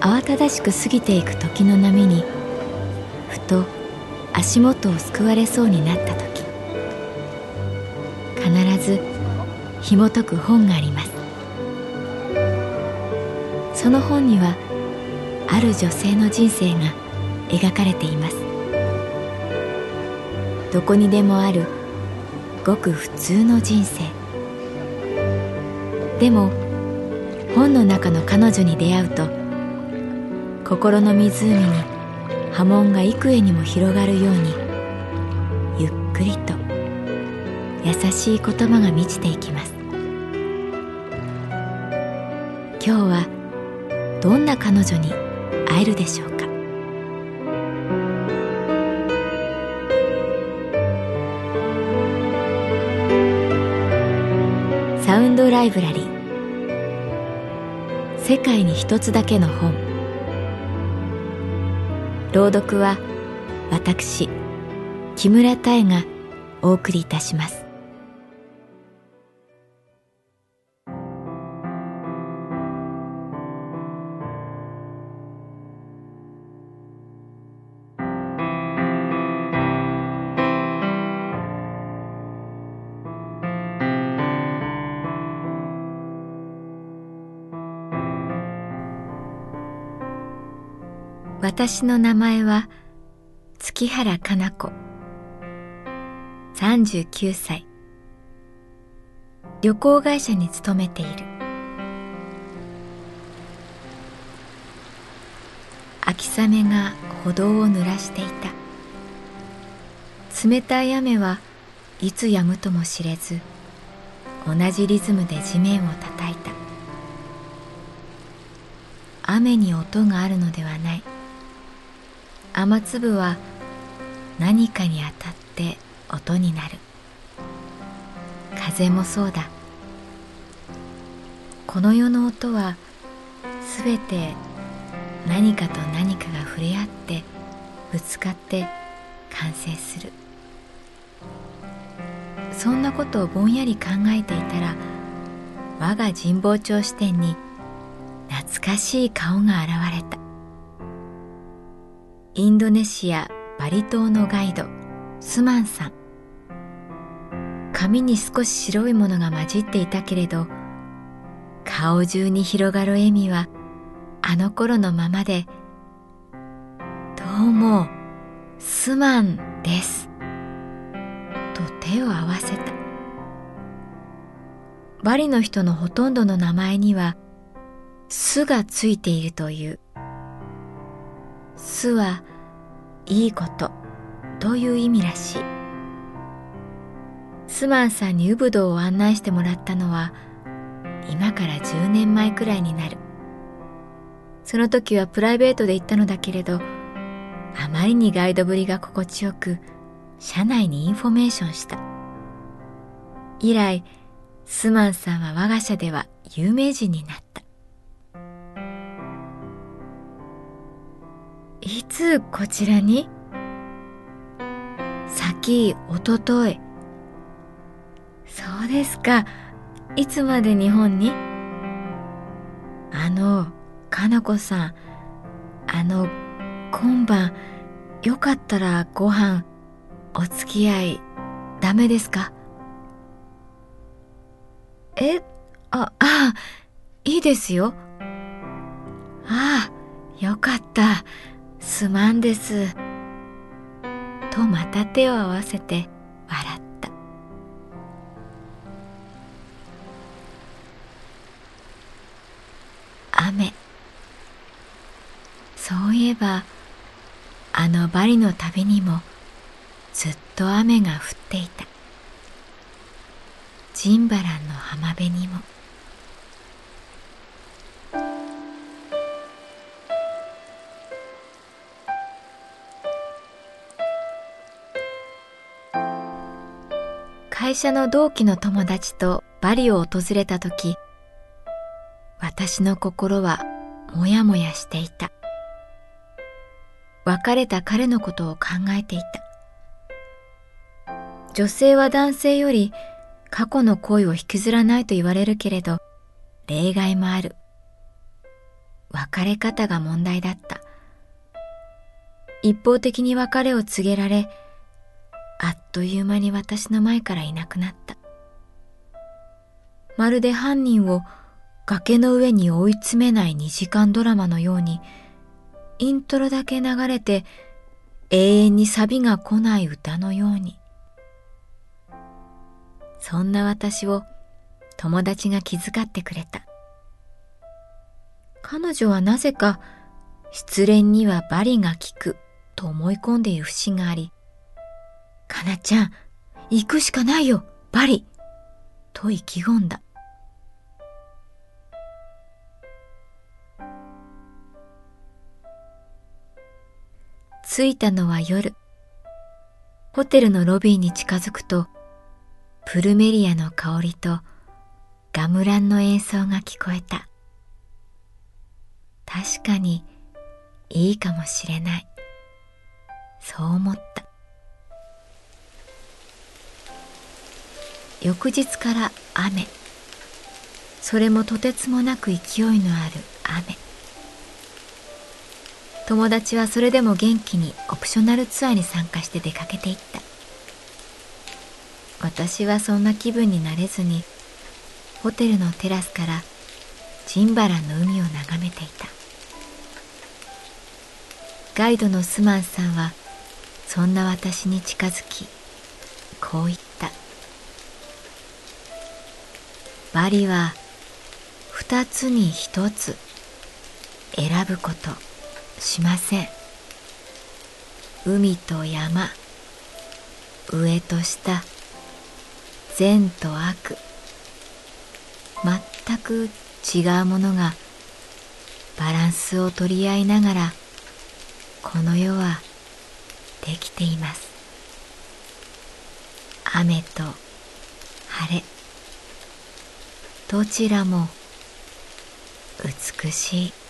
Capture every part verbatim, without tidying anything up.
慌ただしく過ぎていく時の波にふと足元をすくわれそうになった時、必ず紐解く本があります。その本にはある女性の人生が描かれています。どこにでもあるごく普通の人生。でも本の中の彼女に出会うと、心の湖に波紋が幾重にも広がるように、ゆっくりと優しい言葉が満ちていきます。今日はどんな彼女に会えるでしょうか。サウンドライブラリー、世界に一つだけの本。朗読は私木村多江がお送りいたします。私の名前は月原かな子、さんじゅうきゅうさい、旅行会社に勤めている。秋雨が歩道を濡らしていた。冷たい雨はいつ止むとも知れず、同じリズムで地面を叩いた。雨に音があるのではない。雨粒は何かに当たって音になる。風もそうだ。この世の音はすべて何かと何かが触れ合ってぶつかって完成する。そんなことをぼんやり考えていたら、我が神保町支店に懐かしい顔が現れた。インドネシア・バリ島のガイド、スマンさん。髪に少し白いものが混じっていたけれど、顔中に広がる笑みはあの頃のままで、どうも、スマンです。と手を合わせた。バリの人のほとんどの名前には、スがついているという。スはいいことという意味らしい。スマンさんにウブドを案内してもらったのは今からじゅうねんまえくらいになる。その時はプライベートで行ったのだけれど、あまりにガイドぶりが心地よく、社内にインフォメーションした。以来、スマンさんは我が社では有名人になった。いつこちらに？先、おととい。そうですか。いつまで日本に？あの、かなこさん、あの、今晩、よかったらご飯、お付き合い、ダメですか？え、あ、あ、いいですよ。ああ、よかった。すまんです。とまた手を合わせて笑った。雨。そういえば、あのバリの旅にもずっと雨が降っていた。ジンバランの浜辺にも。会社の同期の友達とバリを訪れたとき、私の心はもやもやしていた。別れた彼のことを考えていた。女性は男性より過去の恋を引きずらないと言われるけれど、例外もある。 別れ方が問題だった。一方的に別れを告げられ、あっという間に私の前からいなくなった。まるで犯人を崖の上に追い詰めないにじかんドラマのように、イントロだけ流れて永遠にサビが来ない歌のように。そんな私を友達が気遣ってくれた。彼女はなぜか失恋にはバリが効くと思い込んでいる節があり、かなちゃん、行くしかないよ、バリと意気込んだ。着いたのは夜。ホテルのロビーに近づくと、プルメリアの香りとガムランの演奏が聞こえた。確かにいいかもしれない。そう思った。翌日から雨。それもとてつもなく勢いのある雨。友達はそれでも元気にオプショナルツアーに参加して出かけていった。私はそんな気分になれずに、ホテルのテラスからジンバランの海を眺めていた。ガイドのスマンさんはそんな私に近づき、こう言った。バリは二つに一つ選ぶことしません。海と山、上と下、善と悪、全く違うものがバランスを取り合いながらこの世はできています。雨と晴れ、どちらも美しい。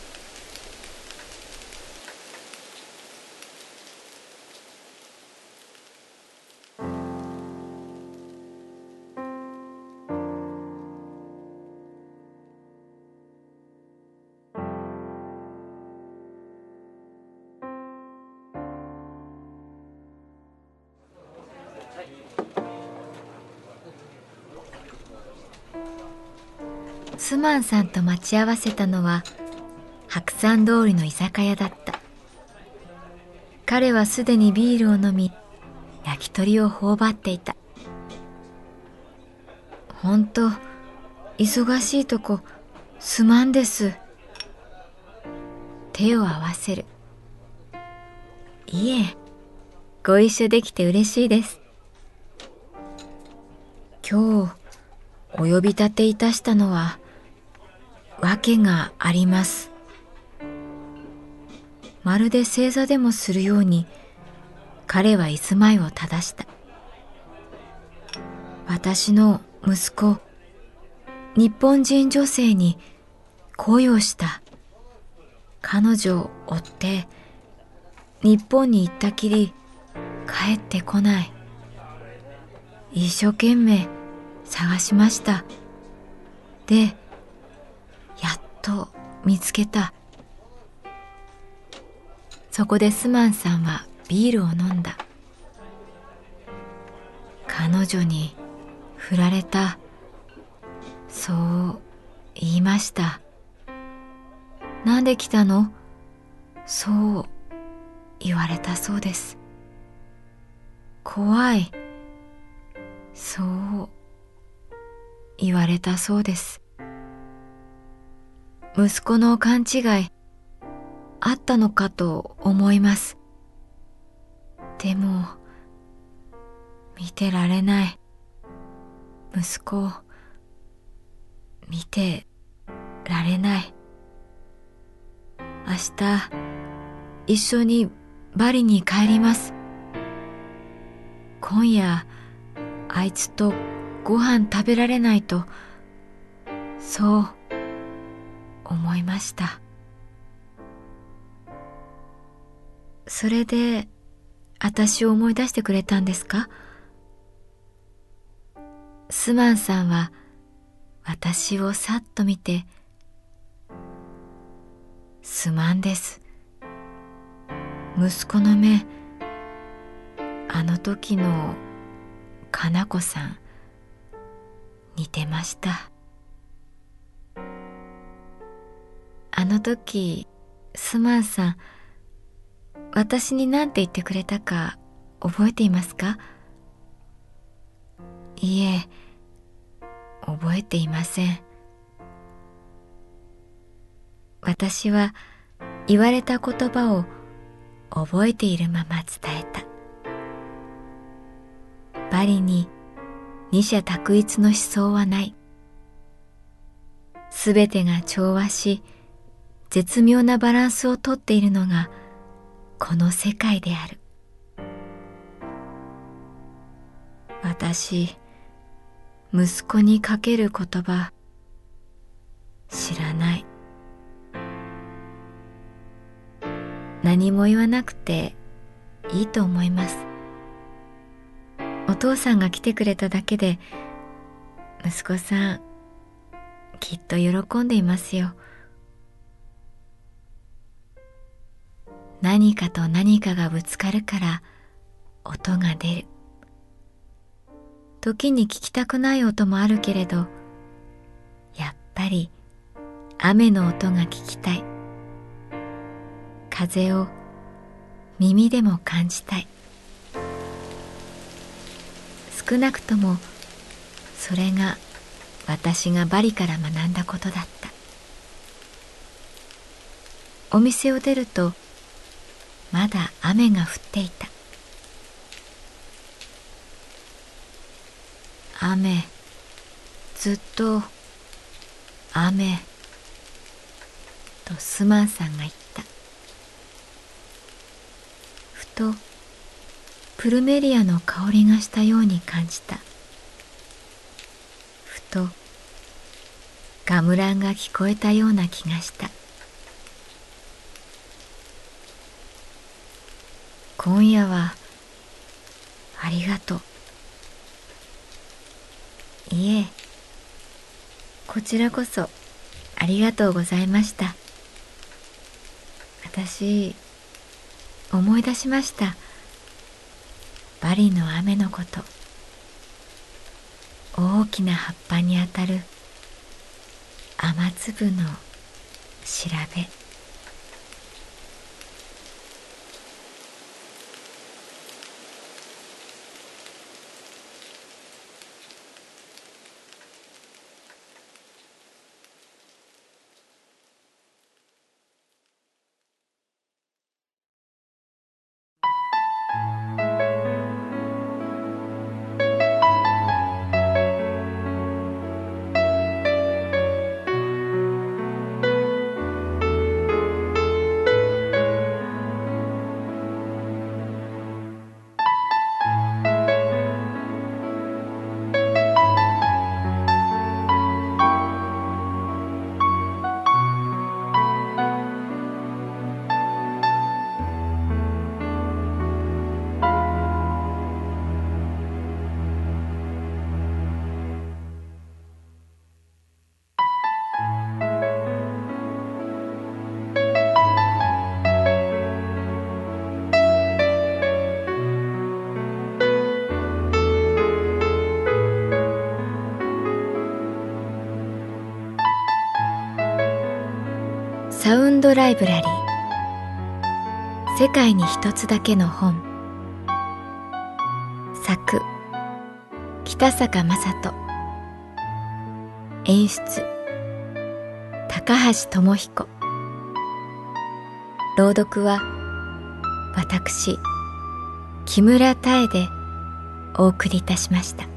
スマンさんと待ち合わせたのは白山通りの居酒屋だった。彼はすでにビールを飲み、焼き鳥を頬張っていた。ほんと、忙しいとこ、すまんです。手を合わせる。いえ、ご一緒できて嬉しいです。今日、お呼び立ていたしたのは、わけがあります。まるで正座でもするように、彼は居住まいを正した。私の息子、日本人女性に恋をした。彼女を追って、日本に行ったきり帰ってこない。一生懸命探しました。で、やっと見つけた。そこでスマンさんはビールを飲んだ。彼女に振られた。そう言いました。なんで来たの？そう言われたそうです。怖い。そう言われたそうです。息子の勘違いあったのかと思います。でも見てられない。息子を見てられない。明日一緒にバリに帰ります。今夜あいつとご飯食べられないと、そう思いました。それで私を思い出してくれたんですか？スマンさんは私をさっと見て、 すまんです。息子の目、あの時のかな子さん、似てました。あの時、すまんさん、私に何て言ってくれたか覚えていますか？いえ、覚えていません。私は言われた言葉を覚えているまま伝えた。バリに二者択一の思想はない。すべてが調和し、絶妙なバランスをとっているのがこの世界である。私、息子にかける言葉、知らない。何も言わなくていいと思います。お父さんが来てくれただけで、息子さん、きっと喜んでいますよ。何かと何かがぶつかるから音が出る。時に聞きたくない音もあるけれど、やっぱり雨の音が聞きたい。風を耳でも感じたい。少なくともそれが私がバリから学んだことだった。お店を出るとまだ雨が降っていた。雨、ずっと雨とスマンさんが言った。ふとプルメリアの香りがしたように感じた。ふとガムランが聞こえたような気がした。今夜はありがとう。いえ、こちらこそありがとうございました。私、思い出しました。バリの雨のこと。大きな葉っぱに当たる雨粒の調べ。サウンドライブラリー、世界に一つだけの本。作、北坂雅人。演出、高橋智彦。朗読は私木村多江でお送りいたしました。